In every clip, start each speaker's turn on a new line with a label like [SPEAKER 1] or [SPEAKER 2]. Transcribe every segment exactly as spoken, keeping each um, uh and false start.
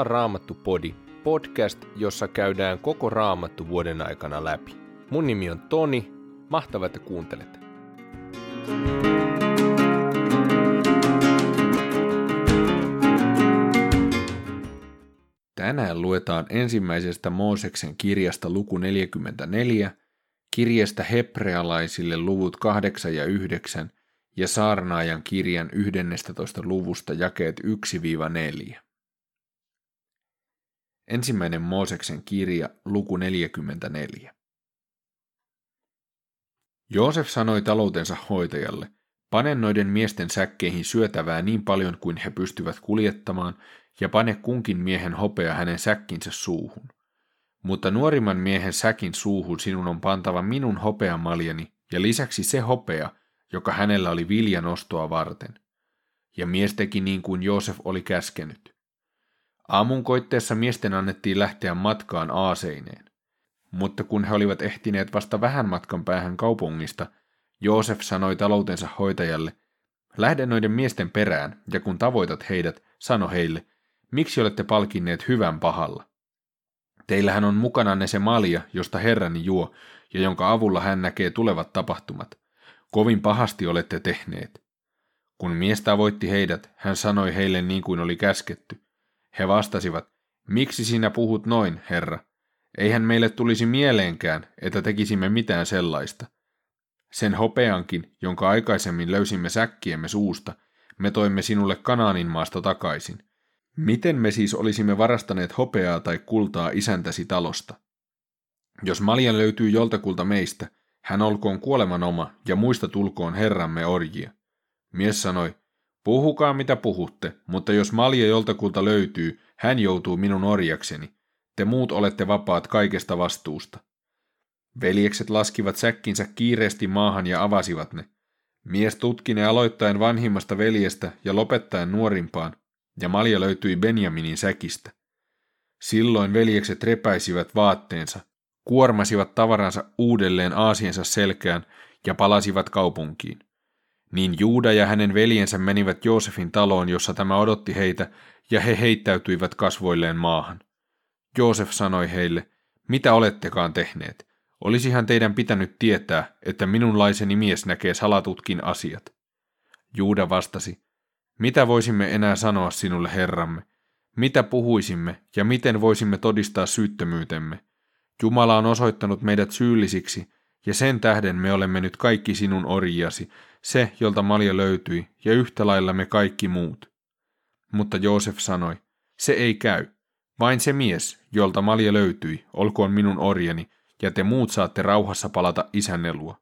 [SPEAKER 1] Palaa Raamattu-podi, podcast, jossa käydään koko Raamattu vuoden aikana läpi. Mun nimi on Toni, mahtavaa, että kuuntelet. Tänään luetaan ensimmäisestä Mooseksen kirjasta luku neljäkymmentäneljä, kirjasta hebrealaisille luvut kahdeksan ja yhdeksän ja saarnaajan kirjan yhdestoista luvusta jakeet yksi neljä. Ensimmäinen Mooseksen kirja, luku neljäkymmentäneljä. Joosef sanoi taloutensa hoitajalle, pane noiden miesten säkkeihin syötävää niin paljon kuin he pystyvät kuljettamaan, ja pane kunkin miehen hopea hänen säkkinsä suuhun. Mutta nuorimman miehen säkin suuhun sinun on pantava minun hopeamaljani, ja lisäksi se hopea, joka hänellä oli viljan ostoa varten. Ja mies teki niin kuin Joosef oli käskenyt. Aamun koitteessa miesten annettiin lähteä matkaan aaseineen. Mutta kun he olivat ehtineet vasta vähän matkan päähän kaupungista, Joosef sanoi taloutensa hoitajalle, lähde noiden miesten perään, ja kun tavoitat heidät, sano heille, miksi olette palkinneet hyvän pahalla? Teillähän on mukananne se malja, josta herrani juo, ja jonka avulla hän näkee tulevat tapahtumat. Kovin pahasti olette tehneet. Kun mies tavoitti heidät, hän sanoi heille niin kuin oli käsketty. He vastasivat, miksi sinä puhut noin, herra? Eihän meille tulisi mieleenkään, että tekisimme mitään sellaista. Sen hopeankin, jonka aikaisemmin löysimme säkkiemme suusta, me toimme sinulle Kanaanin maasta takaisin. Miten me siis olisimme varastaneet hopeaa tai kultaa isäntäsi talosta? Jos malja löytyy joltakulta meistä, hän olkoon kuolemanoma ja muista tulkoon herramme orjia. Mies sanoi, puhukaa mitä puhutte, mutta jos malja joltakulta löytyy, hän joutuu minun orjakseni. Te muut olette vapaat kaikesta vastuusta. Veljekset laskivat säkkinsä kiireesti maahan ja avasivat ne. Mies tutki ne aloittaen vanhimmasta veljestä ja lopettaen nuorimpaan, ja malja löytyi Benjaminin säkistä. Silloin veljekset repäisivät vaatteensa, kuormasivat tavaransa uudelleen aasiensa selkään ja palasivat kaupunkiin. Niin Juuda ja hänen veljensä menivät Joosefin taloon, jossa tämä odotti heitä, ja he heittäytyivät kasvoilleen maahan. Joosef sanoi heille, mitä olettekaan tehneet? Olisihan teidän pitänyt tietää, että minunlaiseni mies näkee salatutkin asiat. Juuda vastasi, mitä voisimme enää sanoa sinulle, herramme? Mitä puhuisimme ja miten voisimme todistaa syyttömyytemme? Jumala on osoittanut meidät syyllisiksi, ja sen tähden me olemme nyt kaikki sinun orjiasi, se, jolta malja löytyi, ja yhtä lailla me kaikki muut. Mutta Joosef sanoi, se ei käy. Vain se mies, jolta malja löytyi, olkoon minun orjani, ja te muut saatte rauhassa palata isänne luo.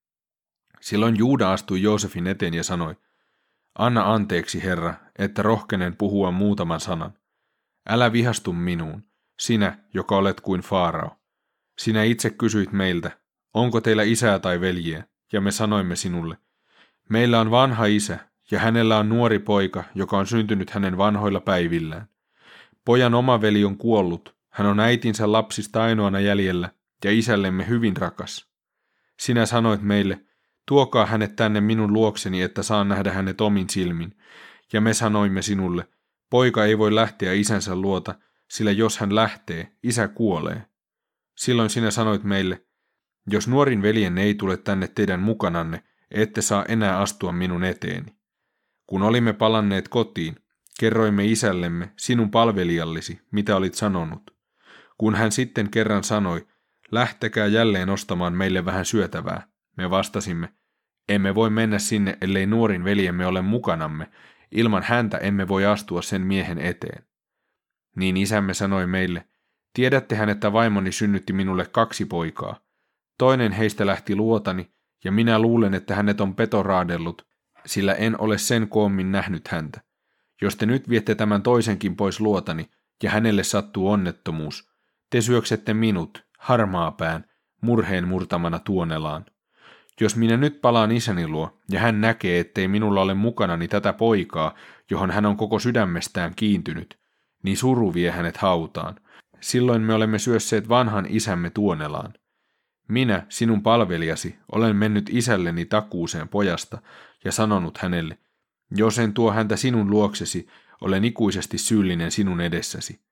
[SPEAKER 1] Silloin Juuda astui Joosefin eteen ja sanoi, anna anteeksi, herra, että rohkenen puhua muutaman sanan. Älä vihastu minuun, sinä, joka olet kuin Faarao. Sinä itse kysyit meiltä, onko teillä isää tai veljeä, ja me sanoimme sinulle, meillä on vanha isä, ja hänellä on nuori poika, joka on syntynyt hänen vanhoilla päivillään. Pojan oma veli on kuollut, hän on äitinsä lapsista ainoana jäljellä, ja isällemme hyvin rakas. Sinä sanoit meille, tuokaa hänet tänne minun luokseni, että saan nähdä hänet omin silmin. Ja me sanoimme sinulle, poika ei voi lähteä isänsä luota, sillä jos hän lähtee, isä kuolee. Silloin sinä sanoit meille, jos nuorin veljenne ei tule tänne teidän mukananne, ette saa enää astua minun eteeni. Kun olimme palanneet kotiin, kerroimme isällemme, sinun palvelijallisi, mitä olit sanonut. Kun hän sitten kerran sanoi, lähtekää jälleen ostamaan meille vähän syötävää, me vastasimme, emme voi mennä sinne, ellei nuorin veljemme ole mukanamme, ilman häntä emme voi astua sen miehen eteen. Niin isämme sanoi meille, tiedättehän, että vaimoni synnytti minulle kaksi poikaa. Toinen heistä lähti luotani, ja minä luulen, että hänet on peto raadellut, sillä en ole sen koommin nähnyt häntä. Jos te nyt viette tämän toisenkin pois luotani, ja hänelle sattuu onnettomuus, te syöksette minut, harmaapään, murheen murtamana tuonelaan. Jos minä nyt palaan isäni luo, ja hän näkee, ettei minulla ole mukanani tätä poikaa, johon hän on koko sydämestään kiintynyt, niin suru vie hänet hautaan. Silloin me olemme syösseet vanhan isämme tuonelaan. Minä, sinun palvelijasi, olen mennyt isälleni takuuseen pojasta ja sanonut hänelle, jos en tuo häntä sinun luoksesi, olen ikuisesti syyllinen sinun edessäsi.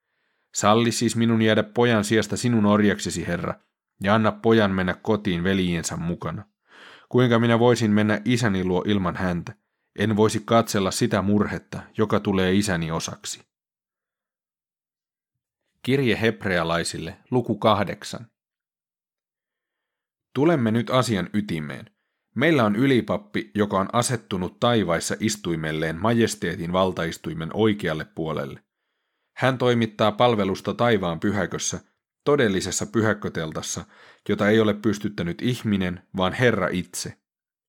[SPEAKER 1] Salli siis minun jäädä pojan sijasta sinun orjaksesi, Herra, ja anna pojan mennä kotiin veljiensä mukana. Kuinka minä voisin mennä isäni luo ilman häntä? En voisi katsella sitä murhetta, joka tulee isäni osaksi. Kirje hebrealaisille, luku kahdeksan. Tulemme nyt asian ytimeen. Meillä on ylipappi, joka on asettunut taivaissa istuimelleen majesteetin valtaistuimen oikealle puolelle. Hän toimittaa palvelusta taivaan pyhäkössä, todellisessa pyhäkköteltassa, jota ei ole pystyttänyt ihminen, vaan Herra itse.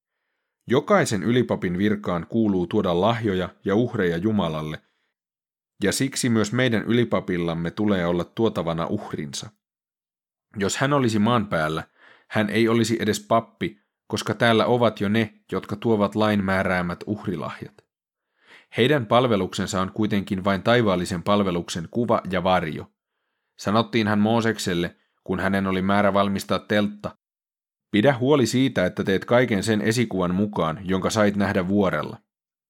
[SPEAKER 1] Jokaisen ylipapin virkaan kuuluu tuoda lahjoja ja uhreja Jumalalle, ja siksi myös meidän ylipapillamme tulee olla tuotavana uhrinsa. Jos hän olisi maan päällä, hän ei olisi edes pappi, koska täällä ovat jo ne, jotka tuovat lain määräämät uhrilahjat. Heidän palveluksensa on kuitenkin vain taivaallisen palveluksen kuva ja varjo. Sanottiinhan Moosekselle, kun hänen oli määrä valmistaa teltta, pidä huoli siitä, että teet kaiken sen esikuvan mukaan, jonka sait nähdä vuorella.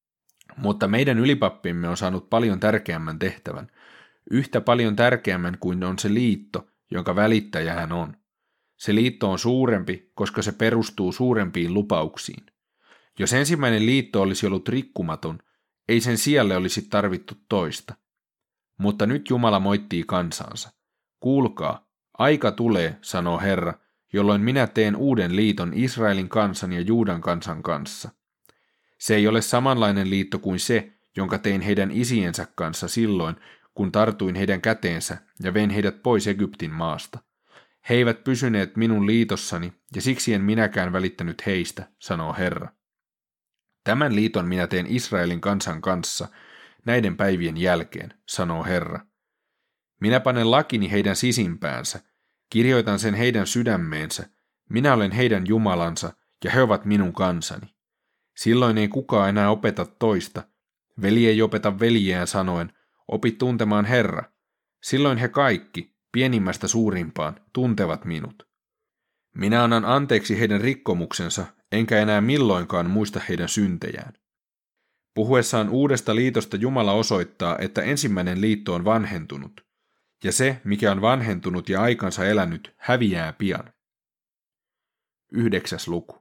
[SPEAKER 1] Mutta meidän ylipappimme on saanut paljon tärkeämmän tehtävän, yhtä paljon tärkeämmän kuin on se liitto, jonka välittäjä hän on. Se liitto on suurempi, koska se perustuu suurempiin lupauksiin. Jos ensimmäinen liitto olisi ollut rikkumaton, ei sen sijalle olisi tarvittu toista. Mutta nyt Jumala moittii kansansa. Kuulkaa, aika tulee, sanoo Herra, jolloin minä teen uuden liiton Israelin kansan ja Juudan kansan kanssa. Se ei ole samanlainen liitto kuin se, jonka tein heidän isiensä kanssa silloin, kun tartuin heidän käteensä ja vein heidät pois Egyptin maasta. He eivät pysyneet minun liitossani, ja siksi en minäkään välittänyt heistä, sanoo Herra. Tämän liiton minä teen Israelin kansan kanssa näiden päivien jälkeen, sanoo Herra. Minä panen lakini heidän sisimpäänsä, kirjoitan sen heidän sydämeensä, minä olen heidän Jumalansa, ja he ovat minun kansani. Silloin ei kukaan enää opeta toista, veli ei opeta veljeään sanoen, opi tuntemaan Herra. Silloin he kaikki, pienimmästä suurimpaan, tuntevat minut. Minä annan anteeksi heidän rikkomuksensa, enkä enää milloinkaan muista heidän syntejään. Puhuessaan uudesta liitosta Jumala osoittaa, että ensimmäinen liitto on vanhentunut, ja se, mikä on vanhentunut ja aikansa elänyt, häviää pian. Yhdeksäs luku.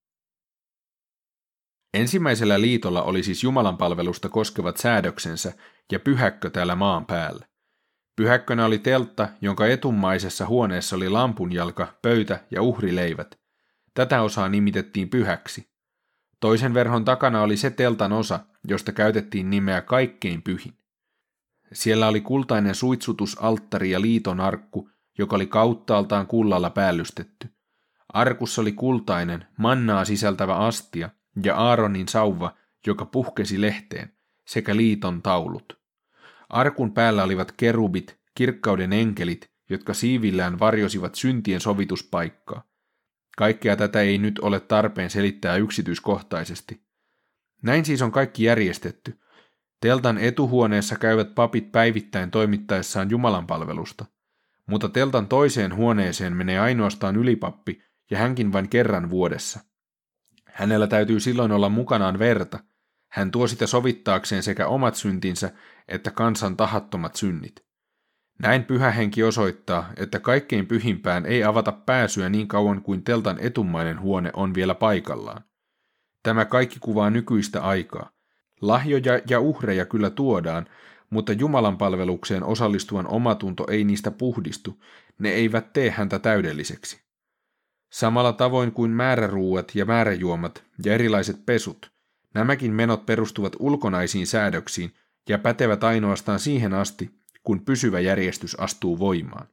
[SPEAKER 1] Ensimmäisellä liitolla oli siis Jumalan palvelusta koskevat säädöksensä ja pyhäkkö täällä maan päällä. Pyhäkkönä oli teltta, jonka etummaisessa huoneessa oli lampunjalka, pöytä ja uhrileivät. Tätä osaa nimitettiin pyhäksi. Toisen verhon takana oli se teltan osa, josta käytettiin nimeä kaikkein pyhin. Siellä oli kultainen suitsutusalttari ja liiton arkku, joka oli kauttaaltaan kullalla päällystetty. Arkussa oli kultainen, mannaa sisältävä astia ja Aaronin sauva, joka puhkesi lehteen, sekä liiton taulut. Arkun päällä olivat kerubit, kirkkauden enkelit, jotka siivillään varjosivat syntien sovituspaikkaa. Kaikkea tätä ei nyt ole tarpeen selittää yksityiskohtaisesti. Näin siis on kaikki järjestetty. Teltan etuhuoneessa käyvät papit päivittäin toimittaessaan Jumalan palvelusta, mutta teltan toiseen huoneeseen menee ainoastaan ylipappi ja hänkin vain kerran vuodessa. Hänellä täytyy silloin olla mukanaan verta. Hän tuo sitä sovittaakseen sekä omat syntinsä että kansan tahattomat synnit. Näin pyhä henki osoittaa, että kaikkein pyhimpään ei avata pääsyä niin kauan kuin teltan etummainen huone on vielä paikallaan. Tämä kaikki kuvaa nykyistä aikaa. Lahjoja ja uhreja kyllä tuodaan, mutta Jumalan palvelukseen osallistuvan omatunto ei niistä puhdistu, ne eivät tee häntä täydelliseksi. Samalla tavoin kuin määräruuat ja määräjuomat ja erilaiset pesut, nämäkin menot perustuvat ulkonaisiin säädöksiin ja pätevät ainoastaan siihen asti, kun pysyvä järjestys astuu voimaan.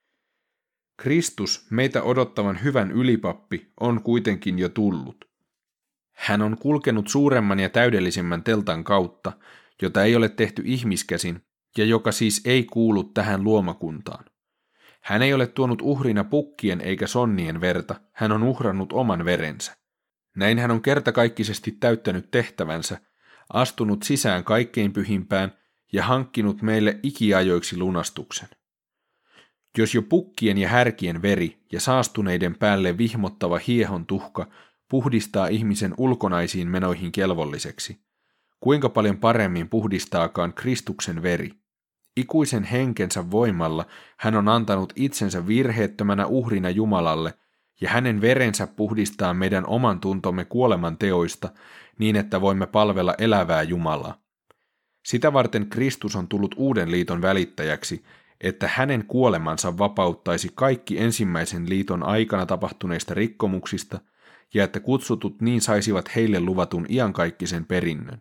[SPEAKER 1] Kristus, meitä odottavan hyvän ylipappi, on kuitenkin jo tullut. Hän on kulkenut suuremman ja täydellisemmän teltan kautta, jota ei ole tehty ihmiskäsin ja joka siis ei kuulu tähän luomakuntaan. Hän ei ole tuonut uhrina pukkien eikä sonnien verta, hän on uhrannut oman verensä. Näin hän on kertakaikkisesti täyttänyt tehtävänsä, astunut sisään kaikkein pyhimpään ja hankkinut meille ikiajoiksi lunastuksen. Jos jo pukkien ja härkien veri ja saastuneiden päälle vihmottava hiehon tuhka puhdistaa ihmisen ulkonaisiin menoihin kelvolliseksi, kuinka paljon paremmin puhdistaakaan Kristuksen veri, Ikuisen henkensä voimalla hän on antanut itsensä virheettömänä uhrina Jumalalle, ja hänen verensä puhdistaa meidän oman tuntomme kuoleman teoista niin, että voimme palvella elävää Jumalaa. Sitä varten Kristus on tullut uuden liiton välittäjäksi, että hänen kuolemansa vapauttaisi kaikki ensimmäisen liiton aikana tapahtuneista rikkomuksista, ja että kutsutut niin saisivat heille luvatun iankaikkisen perinnön.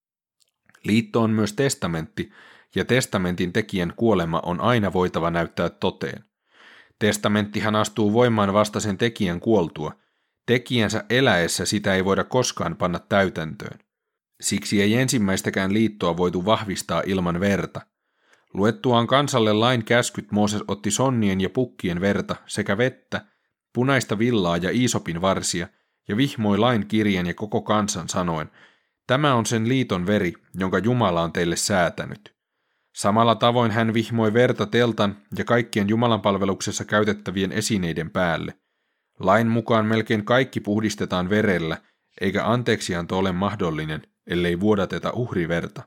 [SPEAKER 1] Liitto on myös testamentti, ja testamentin tekijän kuolema on aina voitava näyttää toteen. Testamenttihan astuu voimaan vasta sen tekijän kuoltua. Tekijänsä eläessä sitä ei voida koskaan panna täytäntöön. Siksi ei ensimmäistäkään liittoa voitu vahvistaa ilman verta. Luettuaan kansalle lain käskyt Mooses otti sonnien ja pukkien verta sekä vettä, punaista villaa ja iisopin varsia, ja vihmoi lain kirjan ja koko kansan sanoen, tämä on sen liiton veri, jonka Jumala on teille säätänyt. Samalla tavoin hän vihmoi verta teltan ja kaikkien Jumalan palveluksessa käytettävien esineiden päälle. Lain mukaan melkein kaikki puhdistetaan verellä, eikä anteeksianto ole mahdollinen, ellei vuodateta uhriverta.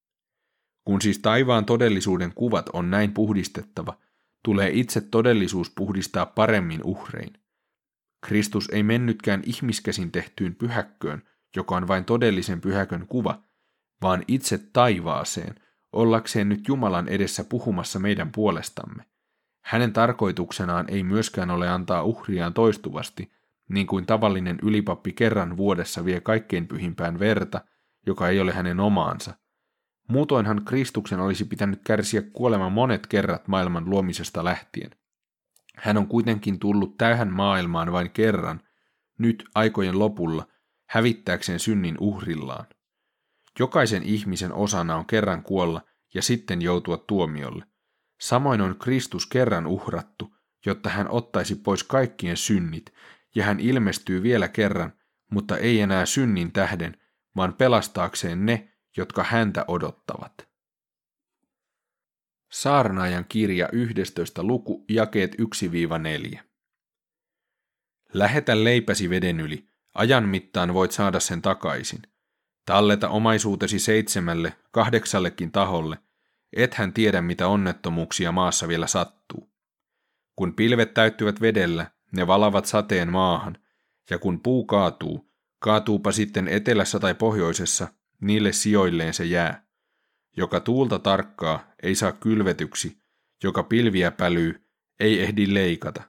[SPEAKER 1] Kun siis taivaan todellisuuden kuvat on näin puhdistettava, tulee itse todellisuus puhdistaa paremmin uhrein. Kristus ei mennytkään ihmiskäsin tehtyyn pyhäkköön, joka on vain todellisen pyhäkön kuva, vaan itse taivaaseen, ollakseen nyt Jumalan edessä puhumassa meidän puolestamme. Hänen tarkoituksenaan ei myöskään ole antaa uhriaan toistuvasti, niin kuin tavallinen ylipappi kerran vuodessa vie kaikkein pyhimpään verta, joka ei ole hänen omaansa. Muutoinhan Kristuksen olisi pitänyt kärsiä kuoleman monet kerrat maailman luomisesta lähtien. Hän on kuitenkin tullut tähän maailmaan vain kerran, nyt aikojen lopulla, hävittääkseen synnin uhrillaan. Jokaisen ihmisen osana on kerran kuolla ja sitten joutua tuomiolle. Samoin on Kristus kerran uhrattu, jotta hän ottaisi pois kaikkien synnit, ja hän ilmestyy vielä kerran, mutta ei enää synnin tähden, vaan pelastaakseen ne, jotka häntä odottavat. Saarnaajan kirja yhdestoista luku, jakeet yksi neljä. Lähetä leipäsi veden yli, ajan mittaan voit saada sen takaisin. Talleta omaisuutesi seitsemälle, kahdeksallekin taholle, ethän tiedä mitä onnettomuuksia maassa vielä sattuu. Kun pilvet täyttyvät vedellä, ne valavat sateen maahan, ja kun puu kaatuu, kaatuupa sitten etelässä tai pohjoisessa, niille sijoilleen se jää. Joka tuulta tarkkaa, ei saa kylvetyksi, joka pilviä pälyy, ei ehdi leikata.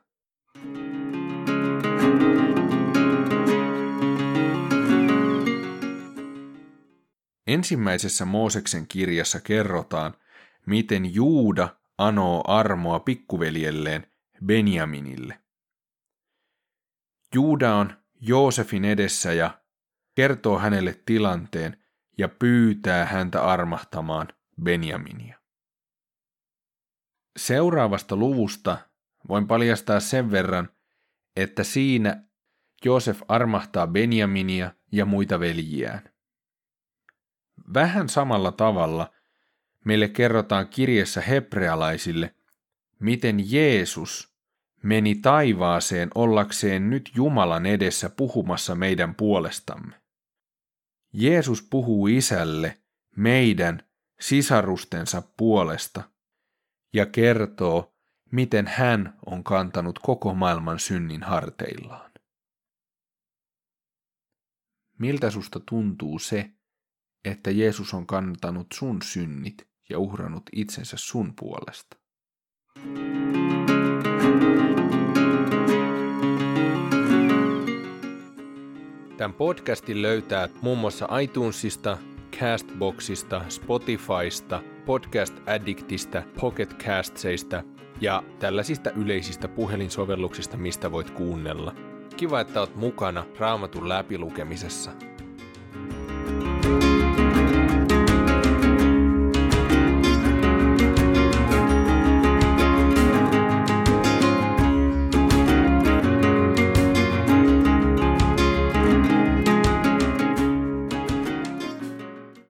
[SPEAKER 1] Ensimmäisessä Mooseksen kirjassa kerrotaan, miten Juuda anoo armoa pikkuveljelleen Benjaminille. Juuda on Joosefin edessä ja kertoo hänelle tilanteen ja pyytää häntä armahtamaan Benjaminia. Seuraavasta luvusta voin paljastaa sen verran, että siinä Joosef armahtaa Benjaminia ja muita veljiään. Vähän samalla tavalla meille kerrotaan kirjassa hebrealaisille, miten Jeesus meni taivaaseen ollakseen nyt Jumalan edessä puhumassa meidän puolestamme. Jeesus puhuu Isälle meidän sisarustensa puolesta ja kertoo, miten hän on kantanut koko maailman synnin harteillaan. Miltä susta tuntuu se, että Jeesus on kantanut sun synnit ja uhrannut itsensä sun puolesta? Tämän podcastin löytää muun muassa iTunesista, Castboxista, Spotifysta, Podcast Addictista, Pocket Castseista ja tällaisista yleisistä puhelinsovelluksista, mistä voit kuunnella. Kiva, että oot mukana Raamatun läpilukemisessa.